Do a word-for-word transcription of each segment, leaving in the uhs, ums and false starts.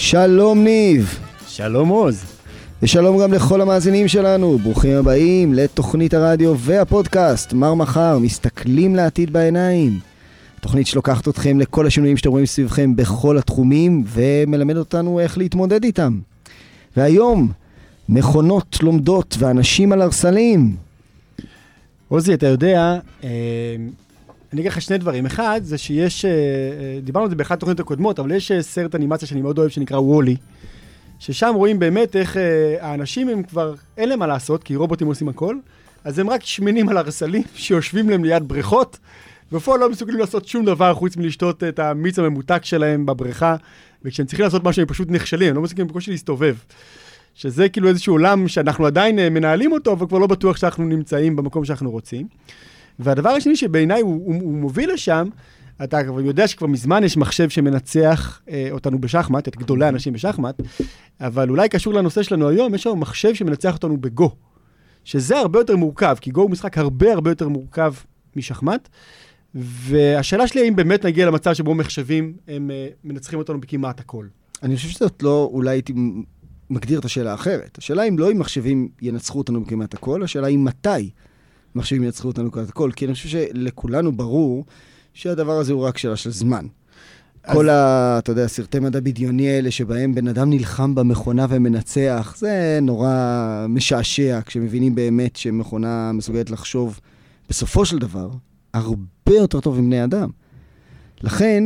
שלום ניב. שלום עוז. ושלום גם לכל המאזינים שלנו. ברוכים הבאים לתוכנית הרדיו והפודקאסט מר מחר, מסתכלים לעתיד בעיניים. תוכנית שלוקחת אתכם לכל השינויים שאתם רואים סביבכם בכל התחומים ומלמד אותנו איך להתמודד איתם. והיום, מכונות לומדות ואנשים על ארסלים. עוזי, אתה יודע, אה, אני אגיד לך שני דברים. אחד, זה שיש, אה, דיברנו על זה באחת התוכניות הקודמות, אבל יש סרט אנימציה שאני מאוד אוהב שנקרא וולי, ששם רואים באמת איך אה, האנשים הם כבר, אין להם מה לעשות, כי רובוטים עושים הכל, אז הם רק שמנים על ארסלים שיושבים להם ליד בריכות, בפועל לא מסוגלים לעשות שום דבר חוץ מלשתות את המיץ הממותק שלהם בבריכה, וכשהם צריכים לעשות משהו הם פשוט נכשלים, הם לא מסוגלים בקושי להסתובב. שזה כאילו איזשהו עולם שאנחנו עדיין מנהלים אותו, אבל כבר לא בטוח שאנחנו נמצאים במקום שאנחנו רוצים. והדבר השני שבעיניי הוא, הוא, הוא מוביל לשם, אתה כבר יודע שכבר מזמן יש מחשב שמנצח אה, אותנו בשחמט, את גדולי האנשים בשחמט, אבל אולי קשור לנושא שלנו היום, יש לנו מחשב שמנצח אותנו בגו, שזה הרבה יותר מורכב, כי גו הוא משחק הרבה הרבה יותר מורכב משחמט, והשאלה שלי האם באמת נגיע למצב שבו מחשבים הם אה, מנצחים אותנו בכמעט הכל. אני חושב שזאת לא, אולי הייתי מגדיר את השאלה האחרת. השאלה אם לא אם מחשבים ינצחו אותנו בכמעט הכל, השאלה היא מתי מחשבים ינצחו אותנו בכמעט הכל, כי אני חושב שלכולנו ברור שהדבר הזה הוא רק שאלה של זמן. אז... כל ה, אתה יודע, סרטי מדע בדיוני האלה שבהם בן אדם נלחם במכונה ומנצח, זה נורא משעשע כשמבינים באמת שמכונה מסוגלת לחשוב בסופו של דבר הרבה יותר טוב עם בני אדם. לכן,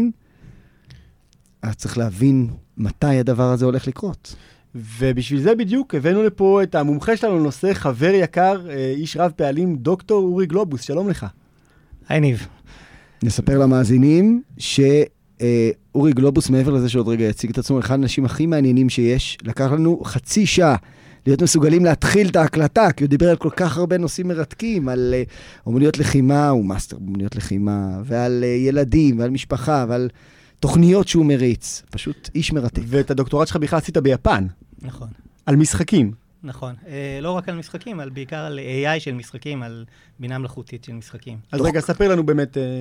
צריך להבין מתי הדבר הזה הולך לקרות. ובשביל זה בדיוק הבאנו לפה את המומחה שלנו לנושא, חבר יקר, איש רב פעלים, דוקטור אורי גלובוס. שלום לך. היי ניב. נספר למאזינים שאורי גלובוס, מעבר לזה שעוד רגע יציג את עצמו, אחד האנשים הכי מעניינים שיש, לקח לנו חצי שעה להיות מסוגלים להתחיל את ההקלטה, כי הוא דיבר על כל כך הרבה נושאים מרתקים, על אומנויות לחימה, הוא מאסטר אומנויות לחימה, ועל ילדים, ועל משפחה, ועל תוכניות שהוא מריץ. פשוט איש מרתק. ואת הדוקטורט שלך בכלל עשית ביפן. נכון. על משחקים. נכון. אה, לא רק על משחקים, אבל בעיקר על איי איי של משחקים, על בינה מלאכותית של משחקים. אז רגע, ספר לנו באמת... אה...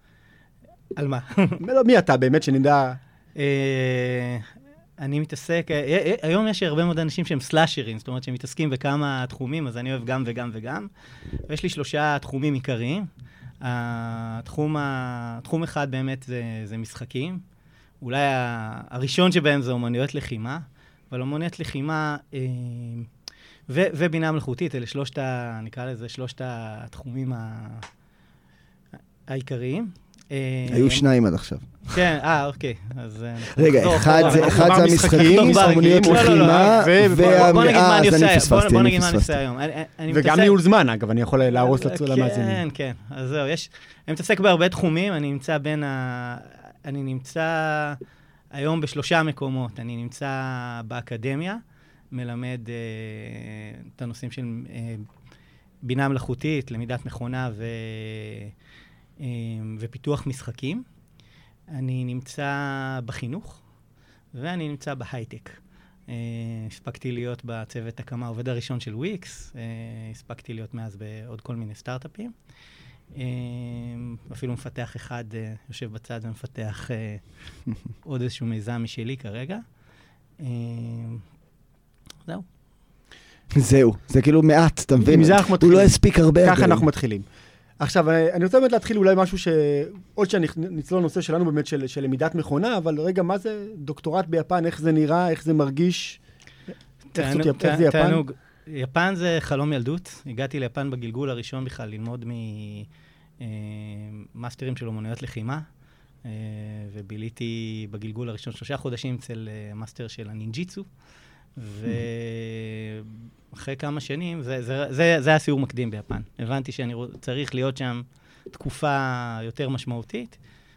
על מה? מי אתה באמת שנדע... אה, אני מתעסק... אה, היום יש הרבה מאוד אנשים שהם סלאשרים, זאת אומרת שהם מתעסקים בכמה תחומים, אז אני אוהב גם וגם וגם. ויש לי שלושה תחומים עיקריים. התחום, התחום אחד באמת זה, זה משחקים. אולי הראשון שבהם זה אומנויות לחימה, אבל אומנויות לחימה אה, ו, ובינה מלאכותית, אלה שלושת, ה, נקרא לזה, שלושת התחומים ה, העיקריים. היו שניים עד עכשיו. כן, אה, אוקיי. אז רגע, אחד זה המשחקים, אומנויות לחימה, בוא נגיד מה אני עושה, בוא נגיד מה אני עושה היום. וגם ניהול זמן, אגב, אני יכול להרוס למאזינים. כן, כן. אז זהו, יש... אני מתעסק בהרבה תחומים, אני נמצא בין ה... אני נמצא היום בשלושה מקומות. אני נמצא באקדמיה, מלמד את הנושאים של בינה מלאכותית, למידת מכונה ו... ופיתוח משחקים. אני נמצא בחינוך, ואני נמצא בהייטק. הספקתי להיות בצוות הקמה, העובד הראשון של וויקס, הספקתי להיות מאז בעוד כל מיני סטארט-אפים. אפילו מפתח אחד יושב בצד ומפתח עוד איזשהו מיזם משלי כרגע. זהו. זהו, זה כאילו מעט, אתה מבין? הוא לא הספיק הרבה. ככה אנחנו מתחילים. עכשיו, אני רוצה באמת להתחיל אולי משהו ש... עוד שאני נצלול לנושא שלנו באמת של, של למידת מכונה, אבל רגע, מה זה דוקטורט ביפן? איך זה נראה? איך זה מרגיש? תענוג, איך זה יפן? תענוג. יפן זה חלום ילדות. הגעתי ליפן בגלגול הראשון בכלל ללמוד ממאסטרים של אומנויות לחימה, וביליתי בגלגול הראשון שלושה חודשים אצל מאסטר של הנינג'יצו, ואחרי כמה שנים, זה, זה, זה, זה היה סיור מקדים ביפן. הבנתי שאני צריך להיות שם תקופה יותר משמעותית,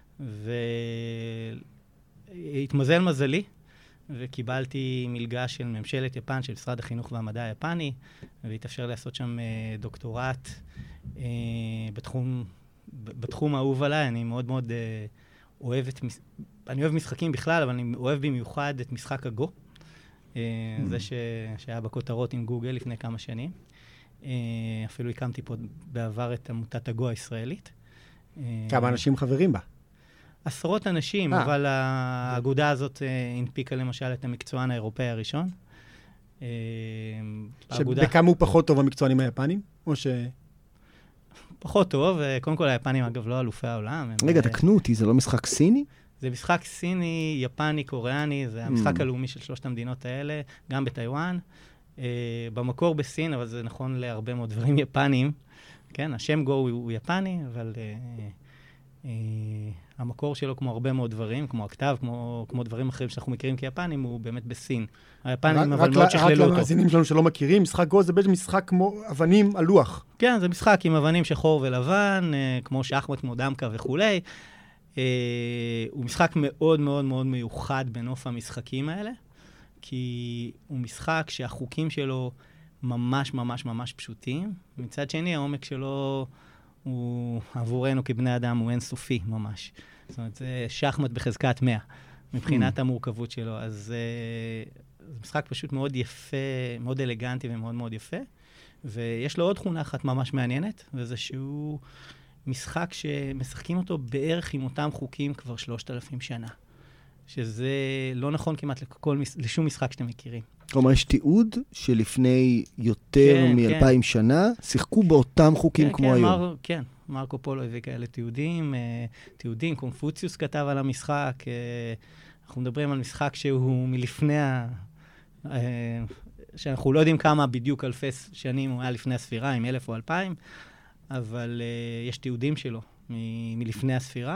והתמזל מזלי, וקיבלתי מלגה של ממשלת יפן, של משרד החינוך והמדע היפני, והתאפשר לעשות שם דוקטורט בתחום, בתחום האהוב עליי. אני מאוד מאוד אוהב את, אני אוהב משחקים בכלל, אבל אני אוהב במיוחד את משחק הגו. זה שהיה בכותרות עם גוגל לפני כמה שנים. אפילו הקמתי פה בעבר את עמותת הגו הישראלית. כמה אנשים חברים בה? עשרות אנשים, אה. אבל האגודה הזאת אה, הנפיקה למשל את המקצוען האירופאי הראשון. אה, האגודה- שבכמה הוא פחות טוב המקצוענים היפנים? או ש... פחות טוב, אה, קודם כל היפנים אגב לא אלופי העולם. הם, רגע, אה, תקנו אותי, זה לא משחק סיני? זה משחק סיני, יפני, קוריאני, זה המשחק הלאומי של שלושת המדינות האלה, גם בטיואן. אה, במקור בסין, אבל זה נכון להרבה מאוד דברים יפניים. כן, השם גו הוא, הוא יפני, אבל אה, אה, המקור שלו, כמו הרבה מאוד דברים, כמו הכתב, כמו, כמו דברים אחרים שאנחנו מכירים כיפנים, הוא באמת בסין. היפנים רק- אבל רק מאוד ל- שכללו רק אותו. למאזינים שלנו שלא מכירים, משחק גו זה בעצם משחק כמו אבנים על לוח. כן, זה משחק עם אבנים שחור ולבן, אה, כמו שחמט, כמו דמקה וכולי. אה, הוא משחק מאוד מאוד מאוד מיוחד בנוף המשחקים האלה, כי הוא משחק שהחוקים שלו ממש ממש ממש פשוטים. מצד שני, העומק שלו הוא עבורנו כבני אדם, הוא אינסופי ממש. זאת אומרת, זה שחמט בחזקת מאה, מבחינת המורכבות שלו. אז אה, זה משחק פשוט מאוד יפה, מאוד אלגנטי ומאוד מאוד יפה. ויש לו עוד תכונה אחת ממש מעניינת, וזה שהוא משחק שמשחקים אותו בערך עם אותם חוקים כבר שלושת אלפים שנה. שזה לא נכון כמעט לכל, לשום משחק שאתם מכירים. כלומר, יש תיעוד שלפני יותר כן, מאלפיים שנה, שיחקו באותם חוקים כן, כמו כן, היום. מר, כן, מרקו פולו הביא כאלה תיעודים, אה, תיעודים, קונפוציוס כתב על המשחק, אה, אנחנו מדברים על משחק שהוא מלפני ה... אה, שאנחנו לא יודעים כמה בדיוק אלפי שנים הוא היה לפני הספירה, עם אלף או אלפיים, אבל uh, יש תיעודים שלו מ- מלפני הספירה,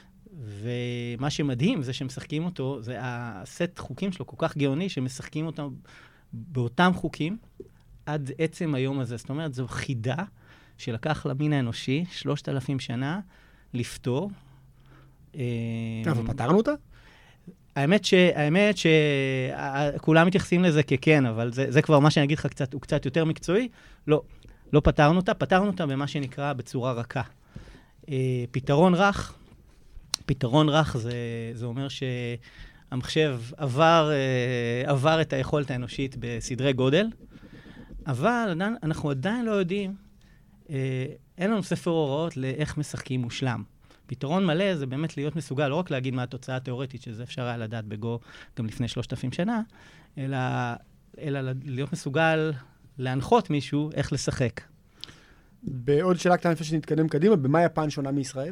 ומה שמדהים זה שמשחקים אותו, זה הסט חוקים שלו כל כך גאוני, שמשחקים אותם באותם חוקים עד עצם היום הזה. זאת אומרת, זו חידה שלקח למין האנושי שלושת אלפים שנה לפתור. אבל פתרנו אותה? האמת ש... האמת שכולם מתייחסים לזה ככן, אבל זה, זה כבר מה שאני אגיד לך קצת, הוא קצת יותר מקצועי. לא, לא פתרנו אותה, פתרנו אותה במה שנקרא בצורה רכה. אה, פתרון רך, פתרון רך זה, זה אומר שהמחשב עבר, אה, עבר את היכולת האנושית בסדרי גודל, אבל עדיין, אנחנו עדיין לא יודעים, אה, אין לנו ספר הוראות לאיך משחקים מושלם. פתרון מלא זה באמת להיות מסוגל, לא רק להגיד מה התוצאה התיאורטית, שזה אפשר היה לדעת בגו גם לפני שלושת אלפים שנה, אלא, אלא להיות מסוגל להנחות מישהו איך לשחק. בעוד שאלה קטנה לפני שנתקדם קדימה, במה יפן שונה מישראל?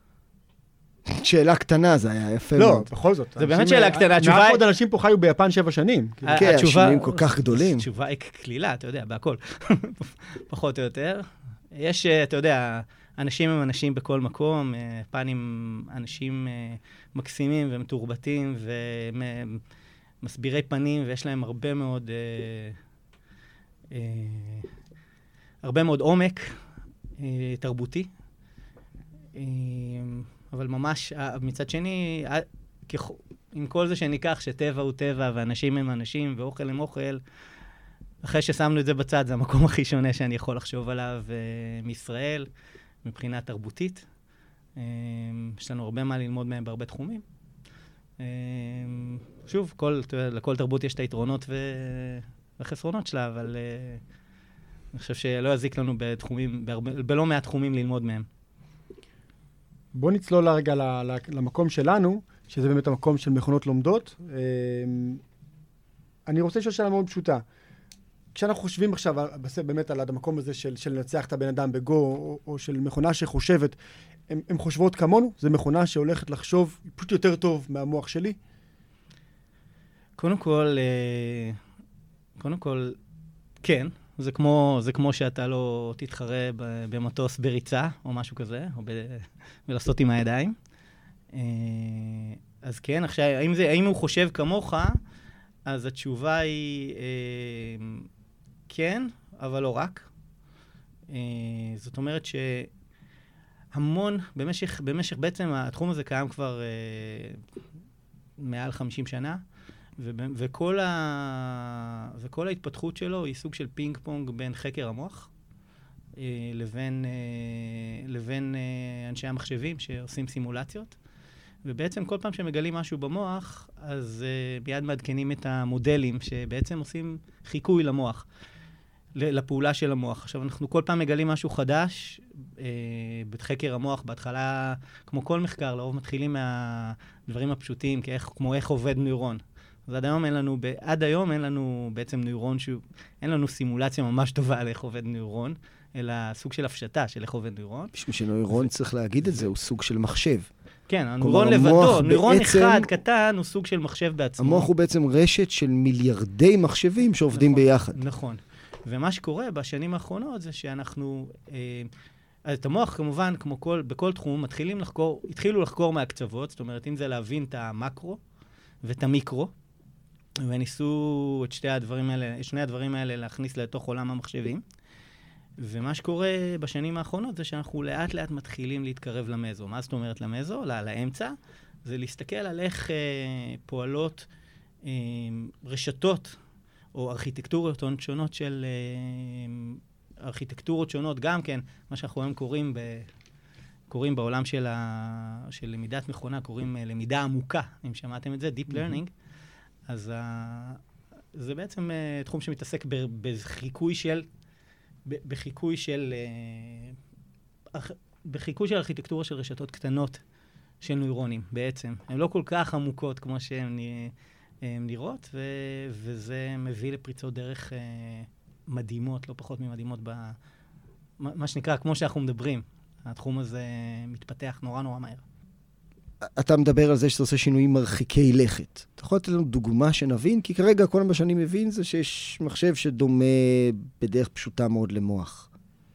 שאלה קטנה, זה היה יפה לא, מאוד. בכל זאת. זה באמת שאלה קטנה, התשובה היא... מעט מאוד אנשים פה חיו ביפן שבע שנים. כן, השינויים כל כך גדולים. התשובה היא כלילה, אתה יודע, בהכל. פחות או יותר. יש, אתה יודע, אנשים הם אנשים בכל מקום, יפנים אנשים מקסימים ומתורבתים ומסבירי פנים, ויש להם הרבה מאוד, הרבה מאוד עומק תרבותי. אבל ממש, מצד שני, עם כל זה שניקח שטבע הוא טבע ואנשים הם אנשים ואוכל הם אוכל, אחרי ששמנו את זה בצד, זה המקום הכי שונה שאני יכול לחשוב עליו מישראל. מבחינה תרבותית. יש לנו הרבה מה ללמוד מהם בהרבה תחומים. שוב, כל, לכל תרבות יש את היתרונות והחסרונות שלה, אבל אני חושב שלא יזיק לנו בתחומים, בלא מעט תחומים ללמוד מהם. בוא נצלול רגע למקום שלנו, שזה באמת המקום של מכונות לומדות. אני רוצה לשאול שאלה מאוד פשוטה. כשאנחנו חושבים עכשיו באמת על המקום הזה של, של לנצח את הבן אדם בגו, או, או של מכונה שחושבת, הן חושבות כמונו? זו מכונה שהולכת לחשוב פשוט יותר טוב מהמוח שלי? קודם כל, קודם כל, כן. זה כמו, זה כמו שאתה לא תתחרה במטוס בריצה, או משהו כזה, או ב, ולעשות עם הידיים. אז כן, עכשיו, האם, זה, האם הוא חושב כמוך, אז התשובה היא... כן, אבל לא רק. Uh, זאת אומרת שהמון, במשך, במשך בעצם התחום הזה קיים כבר uh, מעל חמישים שנה, ו- וכל, ה- וכל ההתפתחות שלו היא סוג של פינג פונג בין חקר המוח uh, לבין, uh, לבין uh, אנשי המחשבים שעושים סימולציות. ובעצם כל פעם שמגלים משהו במוח, אז uh, מיד מעדכנים את המודלים שבעצם עושים חיקוי למוח. לפעולה של המוח. עכשיו, אנחנו כל פעם מגלים משהו חדש, אה, בחקר המוח, בהתחלה, כמו כל מחקר, לרוב מתחילים מהדברים הפשוטים, כאיך, כמו איך עובד נוירון. אז עד היום אין לנו, עד היום אין לנו בעצם נוירון, שהוא, אין לנו סימולציה ממש טובה על איך עובד נוירון, אלא סוג של הפשטה של איך עובד נוירון. בשביל שנוירון צריך להגיד את זה, הוא סוג של מחשב. כן, הנוירון לבדו, נוירון אחד קטן הוא סוג של מחשב בעצמו. המוח הוא בעצם רשת של מיליארדי מחשבים שעובדים ביחד. נכון. ומה שקורה בשנים האחרונות זה שאנחנו, את המוח כמובן, כמו כל, בכל תחום, מתחילים לחקור, התחילו לחקור מהקצוות, זאת אומרת, אם זה להבין את המקרו ואת המיקרו, וניסו את שתי הדברים האלה, שני הדברים האלה להכניס לתוך עולם המחשבים. ומה שקורה בשנים האחרונות זה שאנחנו לאט לאט מתחילים להתקרב למזו. מה זאת אומרת למזו? לא, לאמצע. זה להסתכל על איך אה, פועלות אה, רשתות או ארכיטקטורות שונות של... אה, ארכיטקטורות שונות גם כן, מה שאנחנו היום קוראים, ב, קוראים בעולם של, ה, של למידת מכונה, קוראים אה, למידה עמוקה, אם שמעתם את זה, Deep Learning. אז אה, זה בעצם אה, תחום שמתעסק ב, בחיקוי של... בחיקוי של, בחיקוי של ארכיטקטורה של רשתות קטנות של נוירונים, בעצם. הן לא כל כך עמוקות כמו שהן נראות, וזה מביא לפריצות דרך מדהימות, לא פחות ממדהימות, מה שנקרא, כמו שאנחנו מדברים. התחום הזה מתפתח נורא נורא מהר. אתה מדבר על זה שאתה עושה שינויים מרחיקי לכת. אתה יכול לתת לנו דוגמה שנבין? כי כרגע כל מה שאני מבין זה שיש מחשב שדומה בדרך פשוטה מאוד למוח.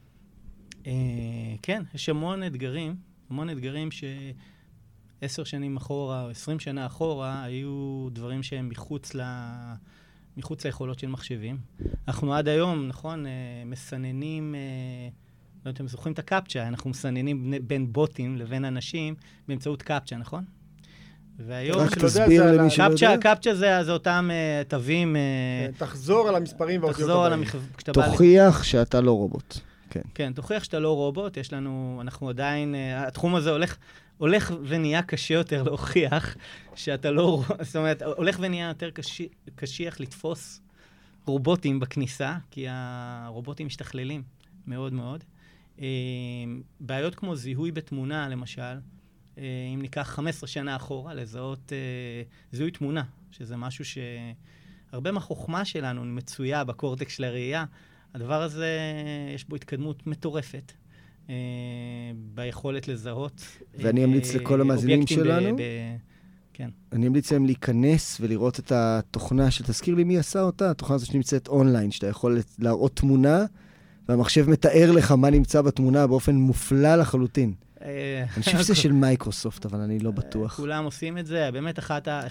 כן, יש המון אתגרים, המון אתגרים שעשר שנים אחורה או עשרים שנה אחורה היו דברים שהם מחוץ ל... מחוץ ליכולות של מחשבים. אנחנו עד היום, נכון, מסננים... לא יודעת, אתם זוכרים את הקפצ'ה, אנחנו מסננים בין בוטים לבין אנשים באמצעות קפצ'ה, נכון? והיום... רק תסביר למי שלא יודע. הקפצ'ה זה אותם תווים... תחזור על המספרים והאותיות הבאים. תוכיח שאתה לא רובוט. כן, תוכיח שאתה לא רובוט. יש לנו, אנחנו עדיין, התחום הזה הולך... הולך ונהיה קשה יותר להוכיח שאתה לא... זאת אומרת, הולך ונהיה יותר קשיח לתפוס רובוטים בכניסה, כי הרובוטים משתכללים מאוד מאוד. בעיות כמו זיהוי בתמונה, למשל, אם ניקח חמש עשרה שנה אחורה, לזהות זיהוי תמונה, שזה משהו שהרבה מהחוכמה שלנו מצויה בקורטקס של הראייה, הדבר הזה, יש בו התקדמות מטורפת. ביכולת לזהות ואני אמליץ לכל המאזינים שלנו, כן. אני אמליץ להם להיכנס ולראות את התוכנה שתזכיר לי מי עשה אותה, התוכנה הזו שנמצאת אונליין, שאתה יכול להראות תמונה, והמחשב מתאר לך מה נמצא בתמונה באופן מופלא לחלוטין. אני חושב שזה של מייקרוסופט, אבל אני לא בטוח. כולם עושים את זה, באמת אחת ה...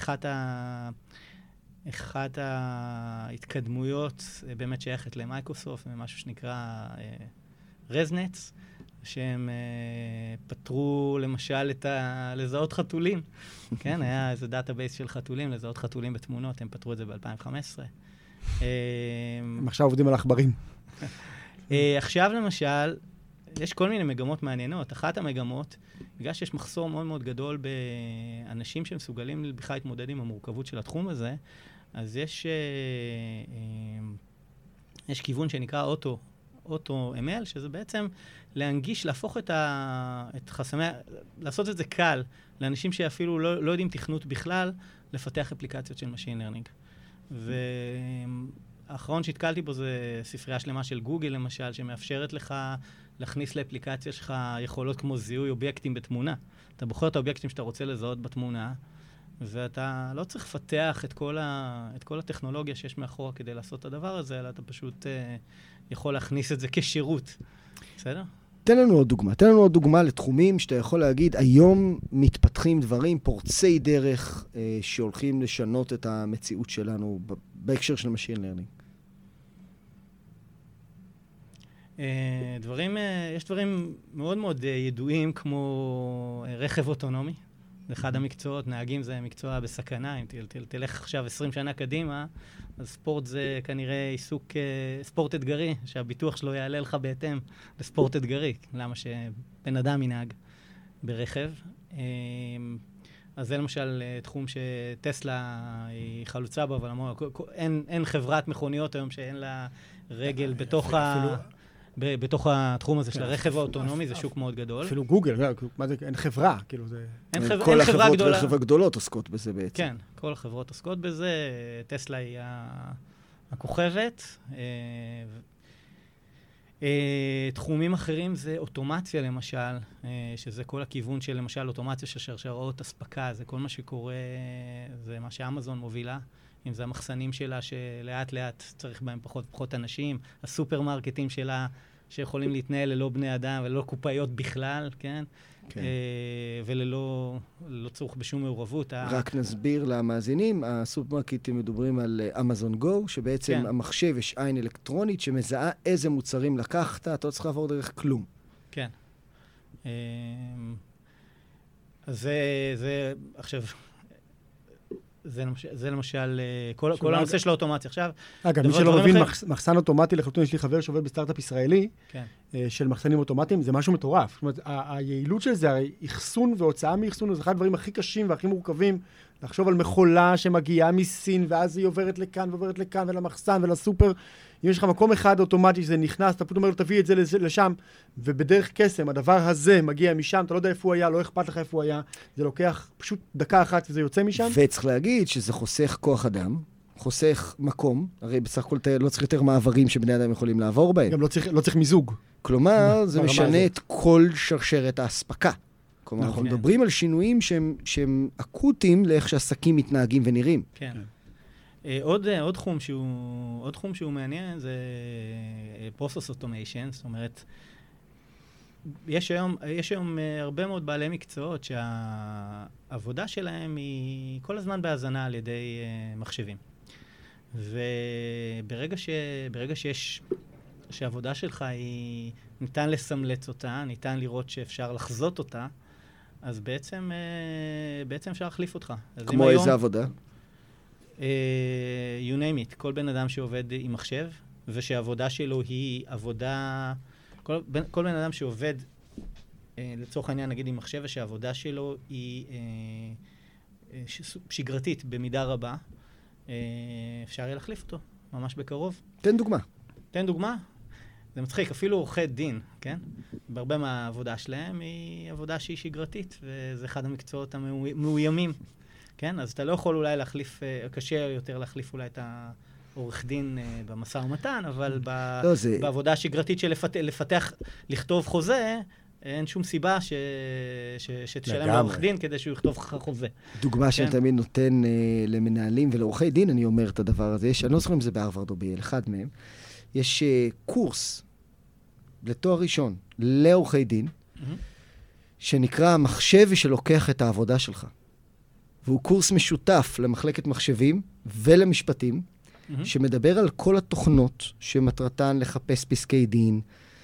אחת ההתקדמויות באמת שייכת למייקרוסופט, משהו שנקרא רזנץ, שהם uh, פתרו למשל את ה... לזהות חתולים. כן, היה איזה דאטאבייס של חתולים, לזהות חתולים בתמונות, הם פתרו את זה ב-אלפיים וחמש עשרה. הם עכשיו עובדים על עכברים. uh, עכשיו למשל, יש כל מיני מגמות מעניינות. אחת המגמות, בגלל שיש מחסור מאוד מאוד גדול באנשים שמסוגלים בכלל להתמודד עם המורכבות של התחום הזה, אז יש, uh, uh, יש כיוון שנקרא אוטו, אוטו אם אל, שזה בעצם להנגיש, להפוך את, ה, את חסמי, לעשות את זה קל לאנשים שאפילו לא, לא יודעים תכנות בכלל, לפתח אפליקציות של Machine Learning. והאחרון שהתקלתי בו זה ספרייה שלמה של גוגל, למשל, שמאפשרת לך להכניס לאפליקציה שלך יכולות כמו זיהוי אובייקטים בתמונה. אתה בוחר את האובייקטים שאתה רוצה לזהות בתמונה, ואתה לא צריך לפתח את כל, ה, את כל הטכנולוגיה שיש מאחורה כדי לעשות את הדבר הזה, אלא אתה פשוט uh, יכול להכניס את זה כשירות. בסדר? תן לנו עוד דוגמה. תן לנו עוד דוגמה לתחומים שאתה יכול להגיד, היום מתפתחים דברים, פורצי דרך, אה, שהולכים לשנות את המציאות שלנו בהקשר של Machine Learning. אה, דברים, אה, יש דברים מאוד מאוד אה, ידועים, כמו אה, רכב אוטונומי. זה אחד המקצועות, נהגים זה מקצוע בסכנה. אם תל, תל, תלך עכשיו עשרים שנה קדימה, אז ספורט זה כנראה עיסוק, uh, ספורט אתגרי, שהביטוח שלו יעלה לך בהתאם לספורט אתגרי. למה שבן אדם ינהג ברכב. Um, אז זה למשל uh, תחום שטסלה היא חלוצה בו, אבל אמרו, אין, אין חברת מכוניות היום שאין לה רגל בתוך ה... בתוך התחום הזה של הרכב האוטונומי, זה שוק מאוד גדול. אפילו גוגל, מה זה, אין חברה, כאילו זה... אין חברה גדולה. כל החברות רכב הגדולות עוסקות בזה בעצם. כן, כל החברות עוסקות בזה, טסלה היא הכוכבת. תחומים אחרים זה אוטומציה למשל, שזה כל הכיוון של למשל אוטומציה של שרשרות אספקה, זה כל מה שקורה, זה מה שאמזון מובילה. אם זה המחסנים שלה שלאט לאט צריך בהם פחות ופחות אנשים, הסופרמרקטים שלה שיכולים להתנהל ללא בני אדם וללא קופאיות בכלל, כן? כן. אה, וללא לא צורך בשום מעורבות. רק נסביר למאזינים, הסופרמרקטים מדברים על אמזון גו, שבעצם כן. המחשב יש עין אלקטרונית שמזהה איזה מוצרים לקחת, אתה לא צריך לעבור דרך כלום. כן. אה, אז זה, זה עכשיו... זה למשל, זה למשל כל, כל הנושא של האוטומציה. עכשיו, אגב, מי שלא מבין, מחסן אוטומטי לחלוטין, יש לי חבר שעובד בסטארט-אפ ישראלי, כן. של מחסנים אוטומטיים, זה משהו מטורף. זאת אומרת, היעילות של זה, הרי אחסון והוצאה מאחסון, זה אחד הדברים הכי קשים והכי מורכבים, לחשוב על מכולה שמגיעה מסין, ואז היא עוברת לכאן ועוברת לכאן, ולמחסן ולסופר. אם יש לך מקום אחד אוטומטי שזה נכנס, אתה פשוט אומר לו, תביא את זה לשם, ובדרך קסם, הדבר הזה מגיע משם, אתה לא יודע איפה הוא היה, לא אכפת לך איפה הוא היה, זה לוקח פשוט דקה אחת וזה יוצא משם. וצריך להגיד שזה חוסך כוח אדם, חוסך מקום, הרי בסך הכל לא צריך יותר מעברים שבני אדם יכולים לעבור בהם. גם לא צריך, לא צריך מיזוג. כלומר, זה משנה את כל שרשרת האספקה. כלומר, אנחנו מדברים על שינויים שהם, שהם אקוטיים לאיך שעסקים מתנהגים ונראים. כן. עוד, עוד תחום שהוא, עוד תחום שהוא מעניין זה process automation, זאת אומרת, יש היום, יש היום הרבה מאוד בעלי מקצועות שהעבודה שלהם היא כל הזמן בהזנה על ידי מחשבים. וברגע ש, ברגע שיש, שהעבודה שלך היא, ניתן לסמלץ אותה, ניתן לראות שאפשר לחזות אותה, אז בעצם, בעצם אפשר להחליף אותך. כמו איזה היום, עבודה? Uh, you name it, כל בן אדם שעובד עם מחשב, ושהעבודה שלו היא עבודה, כל, בן, כל בן אדם שעובד, uh, לצורך העניין נגיד עם מחשב, ושהעבודה שלו היא uh, ש, שגרתית במידה רבה, uh, אפשר יהיה להחליף אותו, ממש בקרוב. תן דוגמה. תן דוגמה. זה מצחיק, אפילו עורכי דין, כן? בהרבה מהעבודה שלהם היא עבודה שהיא שגרתית, וזה אחד המקצועות המאוימים. כן? אז אתה לא יכול אולי להחליף, קשה יותר להחליף אולי את העורך דין במשא ומתן, אבל ב, לא, זה... בעבודה השגרתית של לפתח, לפתח, לכתוב חוזה, אין שום סיבה ש, ש, שתשלם לעורך דין כדי שהוא יכתוב חוזה. דוגמה כן? שאני תמיד נותן uh, למנהלים ולעורכי דין, אני אומר את הדבר הזה, יש, אני לא זוכר אם זה בהרווארד או ב-יל, אחד מהם, יש uh, קורס לתואר ראשון לעורכי דין, mm-hmm. שנקרא המחשב שלוקח את העבודה שלך. והוא קורס משותף למחלקת מחשבים ולמשפטים, mm-hmm. שמדבר על כל התוכנות שמטרתן לחפש פסקי דין,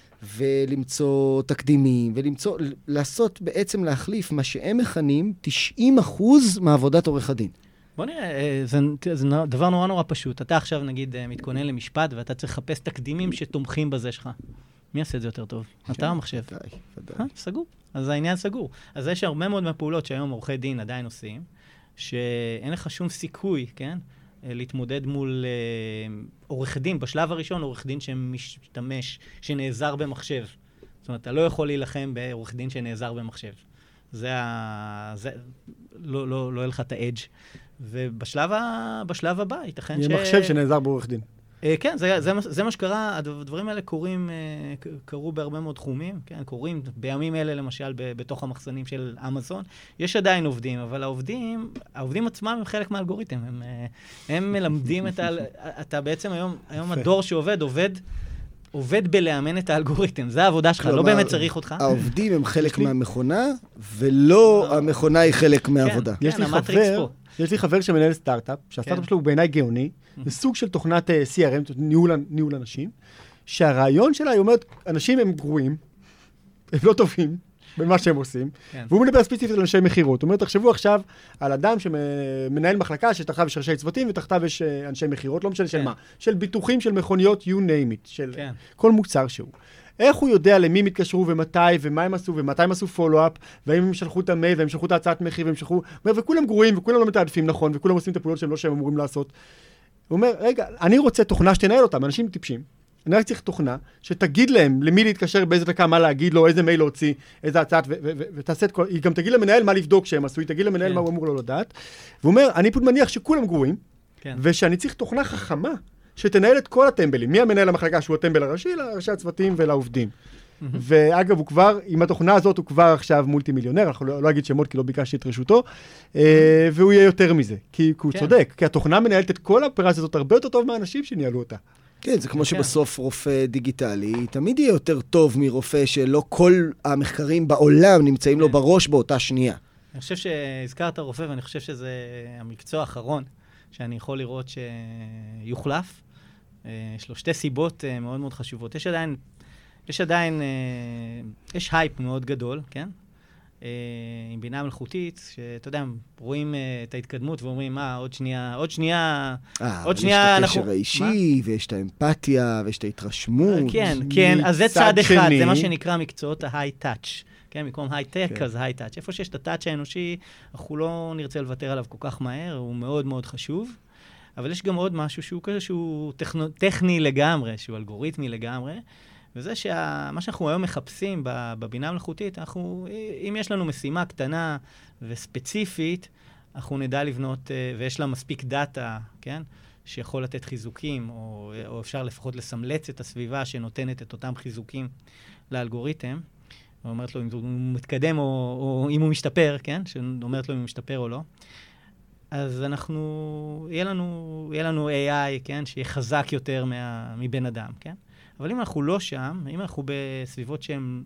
ולמצוא תקדימים, ולמצוא, לעשות בעצם להחליף מה שהם מכנים תשעים אחוז מעבודת עורך הדין. בוא נראה, זה, זה דבר נורא נורא פשוט. אתה עכשיו נגיד מתכונן למשפט, ואתה צריך לחפש תקדימים שתומכים בזה שלך. מי יעשה את זה יותר טוב? אתה המחשב. ודאי, ודאי. סגור. אז העניין סגור. אז יש הרבה מאוד מהפעולות שהיום עורכי דין עדיין עושים, שאין לך שום סיכוי, כן? להתמודד מול עורך דין, בשלב הראשון עורך דין שמשתמש, שנעזר במחשב. זאת אומרת, אתה לא יכול להילחם בעורך דין שנעזר במחשב. זה ה... זה... לא, לא, לא יהיה לך את האדג'. ובשלב ה... בשלב הבא, ייתכן ש... יהיה מחשב שנעזר בעורך דין. כן, זה, זה, זה מה שקרה, הדברים האלה קורים, קרו בהרבה מאוד תחומים, כן, קורים בימים אלה למשל בתוך המחסנים של אמזון. יש עדיין עובדים, אבל העובדים, העובדים עצמם הם חלק מהאלגוריתם, הם, הם מלמדים את ה... אתה בעצם היום, היום הדור שעובד, עובד, עובד בלאמן את האלגוריתם, זה העבודה שלך, לא באמת צריך אותך. העובדים הם חלק מהמכונה, ולא המכונה היא חלק מהעבודה. יש לי חבר, יש לי חבר שמנהל סטארט-אפ, שהסטארט-אפ שלו הוא בעיניי גאוני, זה סוג של תוכנת סי אר אם, ניהול אנשים, שהרעיון שלה, היא אומרת, אנשים הם גרועים, הם לא טובים במה שהם עושים, והוא מדבר ספציפית על אנשי מחירות. הוא אומר, תחשבו עכשיו על אדם שמנהל מחלקה, שתחתיו יש ראשי צוותים, ותחתיו יש אנשי מחירות, לא משנה של מה, של ביטוחים של מכוניות, you name it, של כל מוצר שהוא. איך הוא יודע למי מתקשרו ומתי, ומה הם עשו, ומתי הם עשו פולו-אפ, והאם הם שלחו את המייל, והם שלחו את ההצעת מחיר, והם שלחו, וכולם גרועים, וכולם לא מתעדפים נכון, וכולם עושים את הפעולות שהם לא שהם אמורים לעשות. הוא אומר, רגע, אני רוצה תוכנה שתנהל אותם, אנשים טיפשים. אני רק צריך תוכנה שתגיד להם למי להתקשר, באיזה דקה, מה להגיד לו, איזה מייל להוציא, איזה הצעת, ותעשה את כל... היא גם תגיד למנהל מה לבדוק שהם עשו, היא תגיד למנהל מה הוא אמור לו לדעת. והוא אומר, אני פשוט מניח שכולם גרועים, ושאני צריך תוכנה חכמה שתנהל את כל הטמבלים, מי המנהל המחלקה שהוא הטמבל הראשי, לראשי הצוותים ולעובדים. ואגב, הוא כבר, עם התוכנה הזאת הוא כבר עכשיו מולטי מיליונר, אנחנו לא אגיד שמות כי לא ביקשתי את רשותו, והוא יהיה יותר מזה, כי הוא צודק, כי התוכנה מנהלת את כל האופרציה הזאת הרבה יותר טוב מהאנשים שניהלו אותה. כן, זה כמו שבסוף רופא דיגיטלי תמיד יהיה יותר טוב מרופא שלא כל המחקרים בעולם נמצאים לו בראש באותה שנייה. אני חושב שהזכרת רופא, ואני חושב שזה המקצוע האחרון שאני יכול לראות שיוחלף. יש לו שתי סיבות מאוד מאוד חשובות. יש עדיין, יש עדיין, יש הייפ מאוד גדול, כן? עם בינה מלאכותית, שאתה יודע, רואים את ההתקדמות ואומרים, מה, עוד שנייה, עוד שנייה, עוד שנייה אנחנו... יש את הקשר האישי, ויש את האמפתיה, ויש את ההתרשמות. כן, כן, אז זה צד אחד, זה מה שנקרא מקצועות ה-high-touch. כן, במקום high-tech, אז high-touch. איפה שיש את הטאץ' האנושי, אנחנו לא נרצה לוותר עליו כל כך מהר, הוא מאוד מאוד חשוב. אבל יש גם עוד משהו שהוא כזה, שהוא טכני לגמרי, שהוא אלגוריתמי לגמרי, וזה שמה שאנחנו היום מחפשים בבינה מלאכותית, אנחנו, אם יש לנו משימה קטנה וספציפית, אנחנו נדע לבנות, ויש לה מספיק דאטה, כן? שיכול לתת חיזוקים, או, או אפשר לפחות לסמלץ את הסביבה שנותנת את אותם חיזוקים לאלגוריתם, ואומרת לו אם הוא מתקדם או, או אם הוא משתפר, כן? שאומרת לו אם הוא משתפר או לא. אז אנחנו, יהיה לנו, יהיה לנו איי איי, כן? שיהיה חזק יותר מה, מבן אדם, כן? אבל אם אנחנו לא שם, אם אנחנו בסביבות שהן,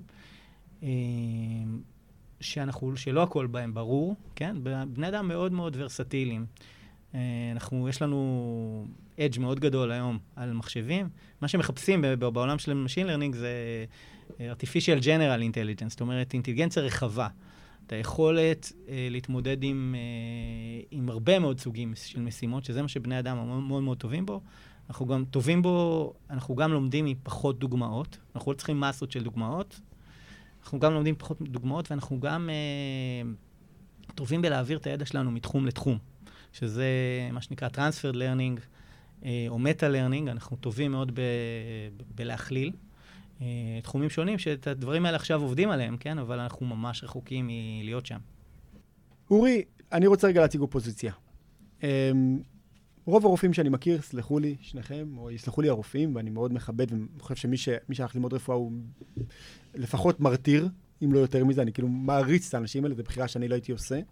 שאנחנו, שלא הכל בהם ברור, כן? בני אדם מאוד מאוד ורסטיליים. אנחנו, יש לנו אדג' מאוד גדול היום על מחשבים. מה שמחפשים בעולם של Machine Learning זה Artificial General Intelligence, זאת אומרת, אינטליגנציה רחבה. את היכולת להתמודד עם, עם הרבה מאוד סוגים של משימות, שזה מה שבני אדם מאוד מאוד טובים בו. אנחנו גם טובים בו, אנחנו גם לומדים מפחות דוגמאות, אנחנו לא צריכים מסות של דוגמאות, אנחנו גם לומדים פחות דוגמאות, ואנחנו גם אה, טובים בלהעביר את הידע שלנו מתחום לתחום, שזה מה שנקרא Transfer Learning אה, או Meta Learning, אנחנו טובים מאוד ב, ב, בלהכליל אה, תחומים שונים, שאת הדברים האלה עכשיו עובדים עליהם, כן? אבל אנחנו ממש רחוקים מלהיות שם. אורי, אני רוצה רגע להציג אופוזיציה. אה, רוב הרופאים שאני מכיר, סלחו לי, שניכם, או יסלחו לי הרופאים, ואני מאוד מכבד, וחושב שמי שהלך ללמוד רפואה הוא לפחות מרתיר, אם לא יותר מזה, אני כאילו מעריץ את האנשים האלה, זו בחירה שאני לא הייתי עושה.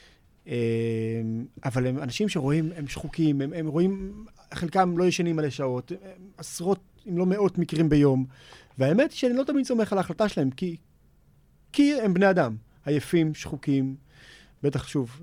אבל הם אנשים שרואים, הם שחוקים, הם, הם רואים, חלקם לא ישנים מלא שעות, עשרות, אם לא מאות מקרים ביום, והאמת היא שאני לא תמיד סומך על ההחלטה שלהם, כי, כי הם בני אדם, עייפים, שחוקים, בטח שוב,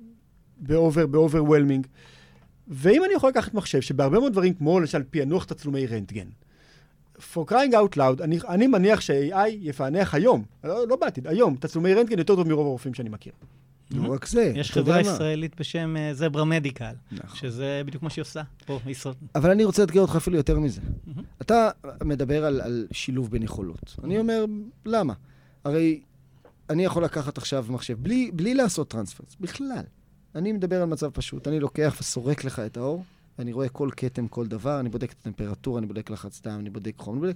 באובר, באוברווילמינג, ואם אני יכול לקחת מחשב שבהרבה מאוד דברים, כמו למשל פענוח תצלומי רנטגן, for crying out loud, אני, אני מניח ש-איי איי יפענח היום, לא, לא בעתיד, היום, תצלומי רנטגן יותר טוב מרוב הרופאים שאני מכיר. לא רק זה. יש חברה ישראלית בשם זברה מדיקל, שזה בדיוק מה שהיא עושה פה בישראל. אבל אני רוצה לאתגר אותך אפילו יותר מזה. אתה מדבר על, על שילוב בין יכולות. אני אומר, למה? הרי אני יכול לקחת עכשיו מחשב, בלי, בלי לעשות טרנספרס, בכלל. אני מדבר על מצב פשוט, אני לוקח וסורק לך את האור, אני רואה כל קטם, כל דבר, אני בודק את הטמפרטורה, אני בודק לחץ דם, אני בודק חום, אני בודק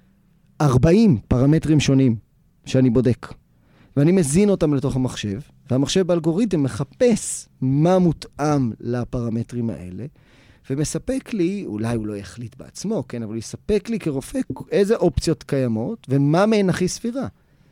ארבעים פרמטרים שונים שאני בודק. ואני מזין אותם לתוך המחשב, והמחשב באלגוריתם מחפש מה מותאם לפרמטרים האלה, ומספק לי, אולי הוא לא יחליט בעצמו, כן, אבל הוא יספק לי כרופא איזה אופציות קיימות, ומה מהן הכי סבירה.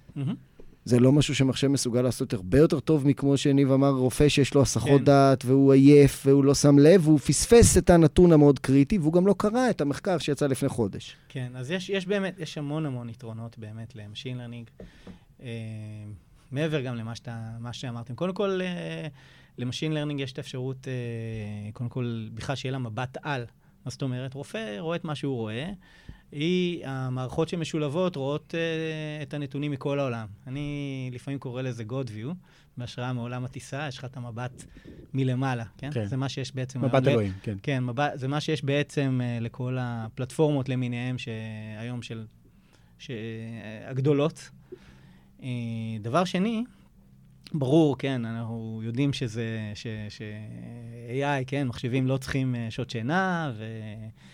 זה לא משהו שמחשב מסוגל לעשות הרבה יותר טוב מכמו שניב אמר, רופא שיש לו הסחות דעת, והוא עייף, והוא לא שם לב, והוא פספס את הנתון המאוד קריטי, והוא גם לא קרא את המחקר שיצא לפני חודש. כן, אז יש, יש באמת, יש המון המון יתרונות באמת למשין לרנינג, אה, מעבר גם למה שאתה, מה שאמרתם. קודם כל, אה, למשין לרנינג יש את האפשרות, אה, קודם כל, בכלל שיהיה לה מבט על. מה זאת אומרת? רופא רואה את מה שהוא רואה, היא, המערכות שמשולבות רואות uh, את הנתונים מכל העולם. אני לפעמים קורא לזה God View, בהשראה מעולם הטיסה, יש לך את המבט מלמעלה, כן? כן. זה מה שיש בעצם... מבט אלוהים, ל... כן. כן, מבט, זה מה שיש בעצם uh, לכל הפלטפורמות למיניהם שהיום של... ש... uh, הגדולות. Uh, דבר שני, ברור, כן, אנחנו יודעים שזה... ש... ש... איי איי, כן, מחשבים לא צריכים uh, שעות שינה, ו...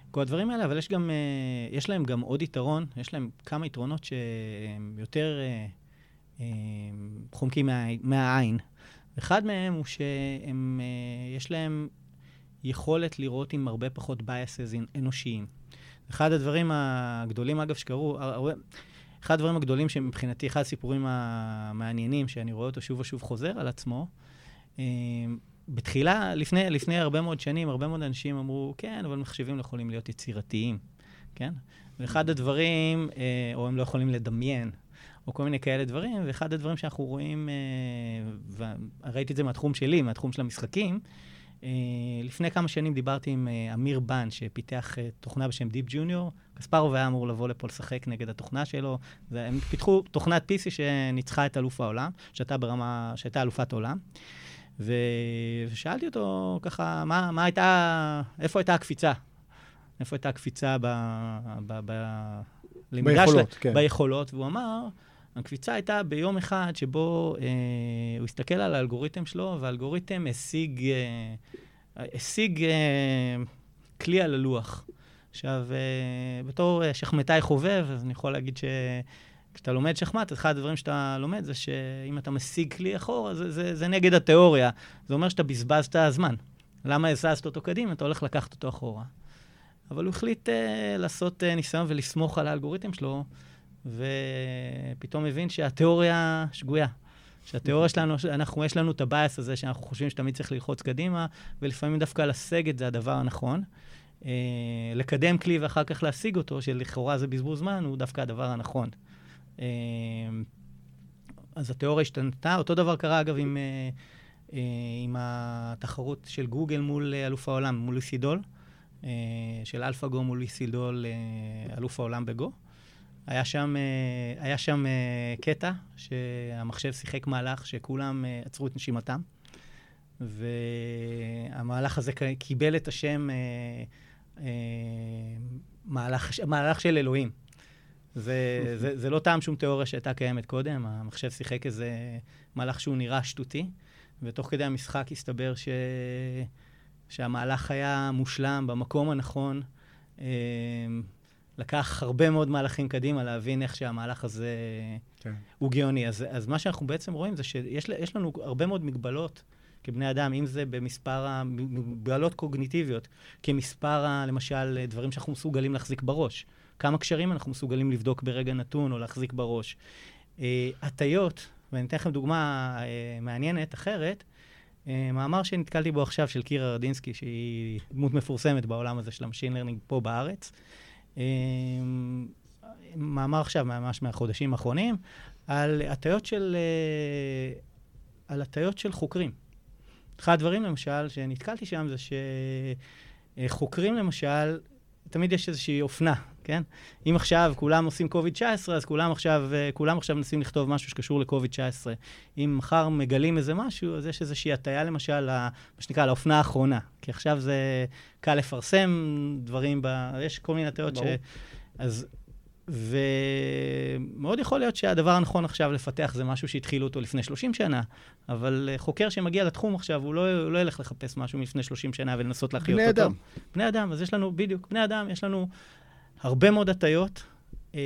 כל הדברים האלה, אבל יש גם, יש להם גם עוד יתרון, יש להם כמה יתרונות שהם יותר חומקים מה, מהעין. אחד מהם הוא שהם, יש להם יכולת לראות עם הרבה פחות biases אנושיים. אחד הדברים הגדולים, אגב, שקרו, אחד הדברים הגדולים שמבחינתי, אחד הסיפורים המעניינים, שאני רואה אותו שוב ושוב חוזר על עצמו, בתחילה, לפני, לפני הרבה מאוד שנים, הרבה מאוד אנשים אמרו, כן, אבל מחשבים לא יכולים להיות יצירתיים, כן? ואחד הדברים, או הם לא יכולים לדמיין, או כל מיני כאלה דברים, ואחד הדברים שאנחנו רואים, וראיתי את זה מהתחום שלי, מהתחום של המשחקים, לפני כמה שנים דיברתי עם אמיר בן, שפיתח תוכנה בשם דיפ ג'וניור. קספרוב היה אמור לבוא לפה לשחק נגד התוכנה שלו. הם פיתחו תוכנת פי סי שניצחה את אלוף העולם, שהייתה ברמה, שהייתה אלופת העולם. ושאלתי אותו ככה, מה, מה הייתה, איפה הייתה הקפיצה? איפה הייתה הקפיצה ב, ב, ב, ביכולות, של, כן. ביכולות, והוא אמר, הקפיצה הייתה ביום אחד שבו אה, הוא הסתכל על האלגוריתם שלו, והאלגוריתם השיג, אה, השיג אה, כלי על הלוח. עכשיו, אה, בתור שחמטאי חובב, אז אני יכול להגיד שכשאתה לומד שחמט, אחד הדברים שאתה לומד זה שאם אתה משיג כלי אחורה, זה, זה, זה נגד התיאוריה. זה אומר שאתה בזבזת הזמן. למה הזזת אותו קדימה? אתה הולך לקחת אותו אחורה. אבל הוא החליט אה, לעשות אה, ניסיון ולסמוך על האלגוריתם שלו, ופתאום מבין שהתיאוריה שגויה. שהתיאוריה שלנו, אנחנו, יש לנו את הבייס הזה שאנחנו חושבים שתמיד צריך ללחוץ קדימה, ולפעמים דווקא לסגת זה הדבר הנכון. אה, לקדם כלי ואחר כך להשיג אותו, שלכאורה זה בזבוז זמן, הוא דווקא הדבר הנכון. אה, אז התיאוריה השתנתה. אותו דבר קרה אגב עם, אה, אה, עם התחרות של גוגל מול אלוף העולם, מול איסידול, אה, של אלפאגו מול איסידול, אה, אלוף העולם בגו. היה שם, היה שם קטע שהמחשב שיחק מהלך שכולם עצרו את נשימתם, והמהלך הזה קיבל את השם מהלך, מהלך של אלוהים. זה, זה, זה לא טעם שום תיאוריה שהייתה קיימת קודם, המחשב שיחק איזה מהלך שהוא נראה שטותי, ותוך כדי המשחק הסתבר ש, שהמהלך היה מושלם במקום הנכון, לקח הרבה מאוד מהלכים קדימה להבין איך שהמהלך הזה כן. הוא גאוני. אז, אז מה שאנחנו בעצם רואים זה שיש יש לנו הרבה מאוד מגבלות כבני אדם, אם זה במספר המגבלות קוגניטיביות, כמספר, למשל, דברים שאנחנו מסוגלים להחזיק בראש. כמה קשרים אנחנו מסוגלים לבדוק ברגע נתון או להחזיק בראש. הטיות, ואני אתן לכם דוגמה מעניינת אחרת, מאמר שנתקלתי בו עכשיו של קירה רדינסקי, שהיא דמות מפורסמת בעולם הזה של המשין לרנינג פה בארץ, מאמר עכשיו, ממש מהחודשים האחרונים, על הטיות של, על הטיות של חוקרים. אחד הדברים, למשל, שנתקלתי שם, זה שחוקרים, למשל, תמיד יש איזושהי אופנה, כן? אם עכשיו כולם עושים קוביד תשע עשרה, אז כולם עכשיו, כולם עכשיו מנסים לכתוב משהו שקשור לקוביד תשע עשרה. אם מחר מגלים איזה משהו, אז יש איזושהי הטיה, למשל, מה שנקרא, לאופנה האחרונה. כי עכשיו זה קל לפרסם דברים, ב... יש כל מיני הטיות ש... אז... ומאוד יכול להיות שהדבר הנכון עכשיו לפתח זה משהו שהתחילו אותו לפני שלושים שנה, אבל חוקר שמגיע לתחום עכשיו, הוא לא, הוא לא ילך לחפש משהו לפני שלושים שנה ולנסות להחיות אותו. בני אדם. בני אדם, אז יש לנו, בדיוק, בני אדם, יש לנו הרבה מאוד הטיות, אה,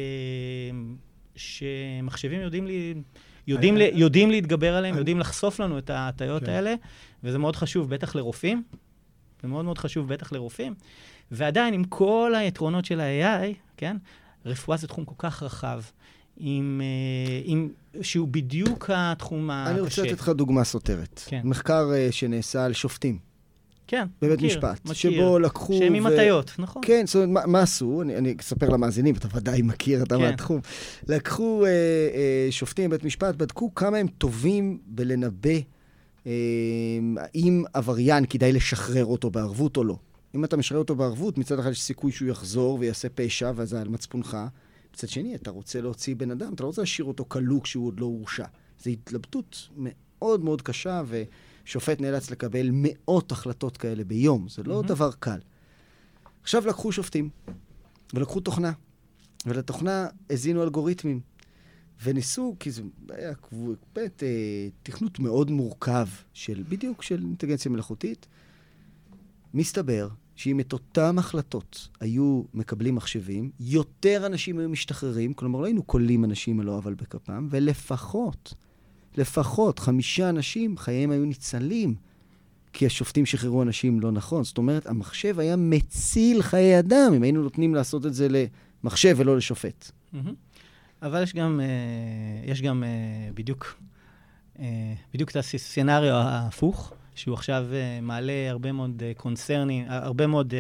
שמחשבים יודעים לי... יודעים, לי, יודעים להתגבר עליהם, יודעים לחשוף לנו את ההטיות האלה, וזה מאוד חשוב, בטח לרופאים, זה מאוד מאוד חשוב, בטח לרופאים, ועדיין, עם כל היתרונות של ה-איי איי, כן? רפואה זה תחום כל כך רחב, עם, עם, שהוא בדיוק התחום הקשה. אני רוצה לתת לך דוגמה סותרת. כן. מחקר שנעשה על שופטים. כן, בבית מכיר, משפט. מכיר. שבו לקחו... שהם עם הטיות, נכון? כן, זאת אומרת, מה, מה עשו? אני, אני אספר למאזינים, אתה ודאי מכיר, אתה כן. מהתחום. לקחו אה, אה, שופטים בבית משפט, בדקו כמה הם טובים בלנבא אה, אם עבריין כדאי לשחרר אותו בערבות או לא. אם אתה משחרר אותו בערבות, מצד אחד יש סיכוי שהוא יחזור ויעשה פשע, ואז על מצפונך. מצד שני, אתה רוצה להוציא בן אדם, אתה לא רוצה להשאיר אותו קלוק שהוא עוד לא הורשע. זו התלבטות מאוד מאוד קשה, ושופט נאלץ לקבל מאות החלטות כאלה ביום. זה לא mm-hmm. דבר קל. עכשיו לקחו שופטים, ולקחו תוכנה, ולתוכנה הזינו אלגוריתמים, וניסו, כי זה היה באמת תכנות מאוד מורכב, של, בדיוק של אינטליגנציה מלאכותית, מסתבר שאם את אותם החלטות היו מקבלים מחשבים, יותר אנשים היו משתחררים, כלומר לא היינו קולים אנשים על לא אבל בכפם, ולפחות, לפחות חמישה אנשים חייהם היו ניצלים, כי השופטים שחררו אנשים לא נכון. זאת אומרת, המחשב היה מציל חיי אדם, אם היינו נותנים לעשות את זה למחשב ולא לשופט. אבל יש גם, יש גם בדיוק, בדיוק את הסצנריו ההפוך, שהוא עכשיו מעלה הרבה מאוד קונצרנים, הרבה מאוד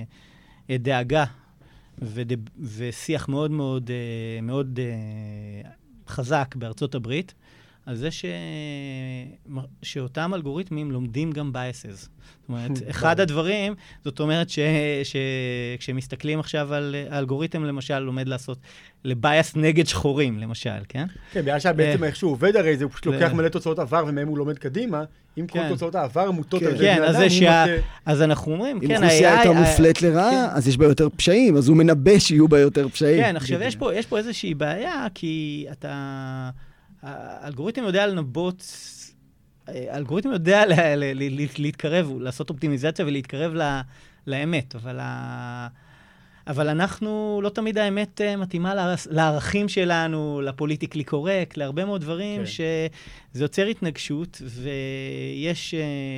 דאגה ושיח מאוד מאוד, מאוד חזק בארצות הברית, על זה ש... שאותם אלגוריתמים לומדים גם biases. זאת אומרת, אחד הדברים, זאת אומרת ש... שכשהם מסתכלים עכשיו על האלגוריתם, למשל, לומד לעשות לבייס נגד שחורים, למשל, כן? כן, בגלל שבעצם איך שהוא עובד הרי, זה פשוט לוקח מלא תוצאות עבר, ומהם הוא לומד קדימה, אם כל תוצאות העבר מוטות על זה בני אדם, אז אנחנו אומרים, אם אוכלוסייה הייתה מופלט לרעה, אז יש בה יותר פשעים, אז הוא מנבא שיהיו בה יותר פשעים. כן, עכשיו, יש פה איזושהי בעיה, כי אתה... האלגוריתם יודע לנבוט, האלגוריתם יודע להתקרב, לעשות אופטימיזציה ולהתקרב לאמת, אבל אבל אנחנו, לא תמיד האמת מתאימה לערכים שלנו, לפוליטיקלי קורקט, להרבה מאוד דברים שזה יוצר התנגשות, ויש...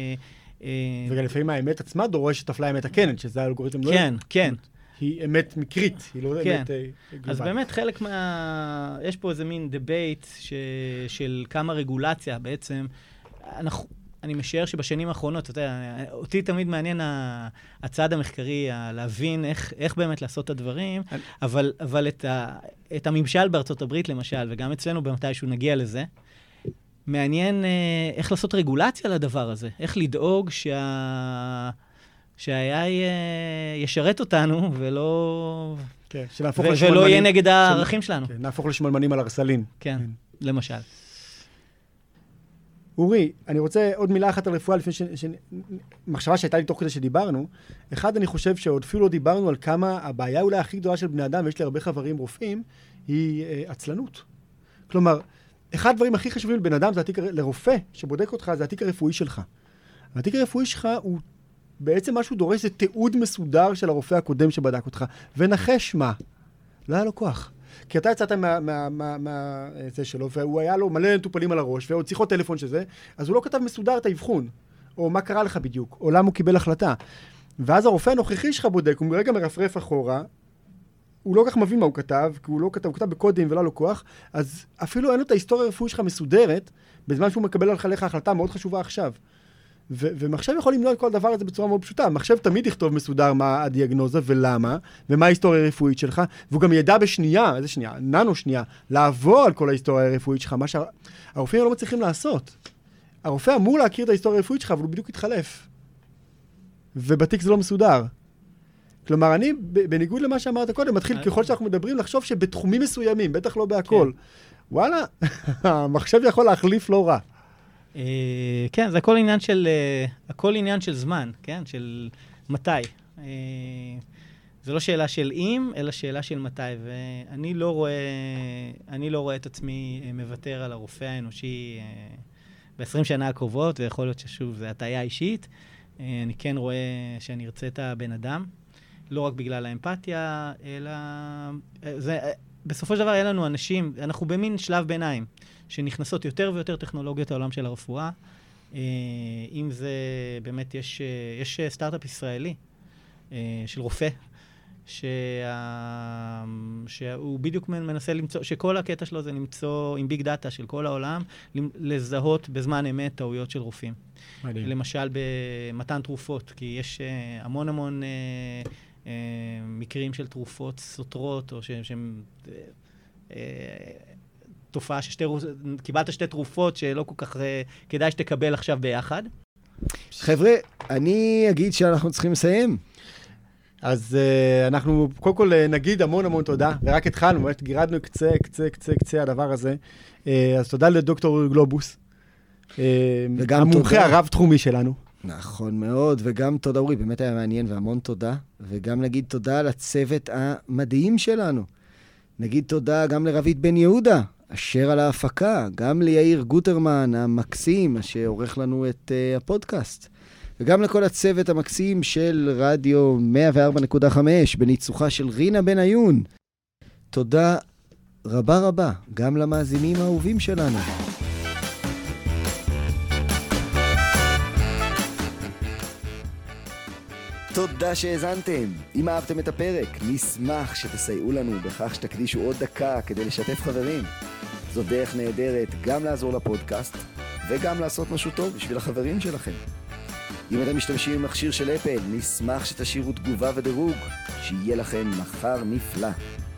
וגם לפעמים האמת עצמה דורשת אפלה אמת הכנת, שזה האלגוריתם לא... כן, כן. היא אמת מקרית, היא לא כן. אמת גלובלית. אז באמת חלק מה... יש פה איזה מין דבייט ש... של כמה רגולציה בעצם. אנחנו... אני משער שבשנים האחרונות, אתה יודע, אותי תמיד מעניין הצעד המחקרי, להבין איך, איך באמת לעשות את הדברים, אני... אבל, אבל את, ה... את הממשל בארצות הברית, למשל, וגם אצלנו במתישהו נגיע לזה, מעניין איך לעשות רגולציה לדבר הזה, איך לדאוג שה... שה-איי איי ישרת אותנו, ולא... כן, ולא יהיה נגד הערכים שלנו. כן, נהפוך לשמלמנים על הרסלים. כן, למשל. אורי, אני רוצה עוד מילה אחת על רפואה, לפני ש... ש... מחשבה שהייתה לי תוך כדי שדיברנו. אחד, אני חושב שעוד אפילו לא דיברנו על כמה הבעיה אולי הכי גדולה של בני אדם, ויש לי הרבה חברים רופאים, היא uh, עצלנות. כלומר, אחד הדברים הכי חשובים לבן אדם, זה התיק, לרופא שבודק אותך, זה התיק הרפואי שלך. והתיק הרפואי שלך הוא בעצם משהו דורש, זה תיעוד מסודר של הרופא הקודם שבדק אותך. ונחש מה? לא היה לו כוח. כי אתה יצאת מה, מה, מה, מה, זה שלו, והוא היה לו מלא נטופלים על הראש, ועוד שיחות טלפון שזה, אז הוא לא כתב מסודר את האבחון, או מה קרה לך בדיוק, או למה הוא קיבל החלטה. ואז הרופא הנוכחי שלך בודק, הוא רגע מרפרף אחורה, הוא לא כך מבין מה הוא כתב, כי הוא לא כתב, הוא כתב בקודים ולא לו כוח, אז אפילו אין לו את ההיסטוריה הרפואית שלך מסודרת, בזמן שהוא מקבל עליך החלטה מאוד חשובה עכשיו. ו- ומחשב יכול למנוע את כל הדבר הזה בצורה מאוד פשוטה. מחשב תמיד יכתוב מסודר מה הדיאגנוזה ולמה, ומה ההיסטוריה הרפואית שלך, והוא גם ידע בשנייה, איזה שנייה, ננו שנייה, לעבור על כל ההיסטוריה הרפואית שלך, מה שהרופאים לא מצליחים לעשות. הרופא אמור להכיר את ההיסטוריה הרפואית שלך, אבל הוא בדיוק התחלף. ובתיק זה לא מסודר. כלומר, אני, בניגוד למה שאמרת קודם, מתחיל ככל שאנחנו מדברים לחשוב שבתחומים מסוימים, בטח לא בהכל. וואלה, המחשב יכול להחליף לא רע. כן, זה הכל עניין של, הכל עניין של זמן, כן? של מתי. זה לא שאלה של אם, אלא שאלה של מתי. ואני לא רואה, אני לא רואה את עצמי מוותר על הרופא האנושי ב-עשרים שנה הקרובות, ויכול להיות ששוב, זה הטעיה אישית. אני כן רואה שאני ארצה את הבן אדם, לא רק בגלל האמפתיה, אלא... זה, בסופו של דבר, אין לנו אנשים, אנחנו במין שלב ביניים. שנכנסות יותר ויותר טכנולוגיות לעולם של הרפואה. אם זה באמת, יש, יש סטארט-אפ ישראלי של רופא, שה, שהוא בדיוק מנסה למצוא, שכל הקטע שלו זה למצוא עם ביג דאטה של כל העולם, לזהות בזמן אמת טעויות של רופאים. מדהים. למשל במתן תרופות, כי יש המון המון מקרים של תרופות סותרות, או שהם... תופעה שקיבלת שתי תרופות שלא כל כך כדאי שתקבל עכשיו ביחד. חבר'ה, אני אגיד שאנחנו צריכים לסיים. אז uh, אנחנו קודם כל uh, נגיד המון המון תודה, ורק התחלנו, באמת גירדנו קצה, קצה, קצה, קצה הדבר הזה. Uh, אז תודה לדוקטור גלובוס, uh, המומחה הרב-תחומי שלנו. נכון מאוד, וגם תודה אורי, באמת היה מעניין והמון תודה, וגם נגיד תודה לצוות המדהים שלנו. נגיד תודה גם לרבית בן יהודה, אשר על ההפקה, גם ליאיר גוטרמן המקסים, שעורך לנו את uh, הפודקאסט. וגם לכל הצוות המקסים של רדיו מאה וארבע נקודה חמש, בניצוחה של רינה בניון. תודה רבה רבה, גם למאזינים האהובים שלנו. תודה שהאזנתם. אם אהבתם את הפרק, נשמח שתסייעו לנו בכך שתקדישו עוד דקה כדי לשתף חברים. זו דרך נהדרת גם לעזור לפודקאסט וגם לעשות משהו טוב בשביל החברים שלכם. אם אתם משתמשים במכשיר של אפל, נשמח שתשאירו תגובה ודירוג, שיהיה לכם מחר נפלא.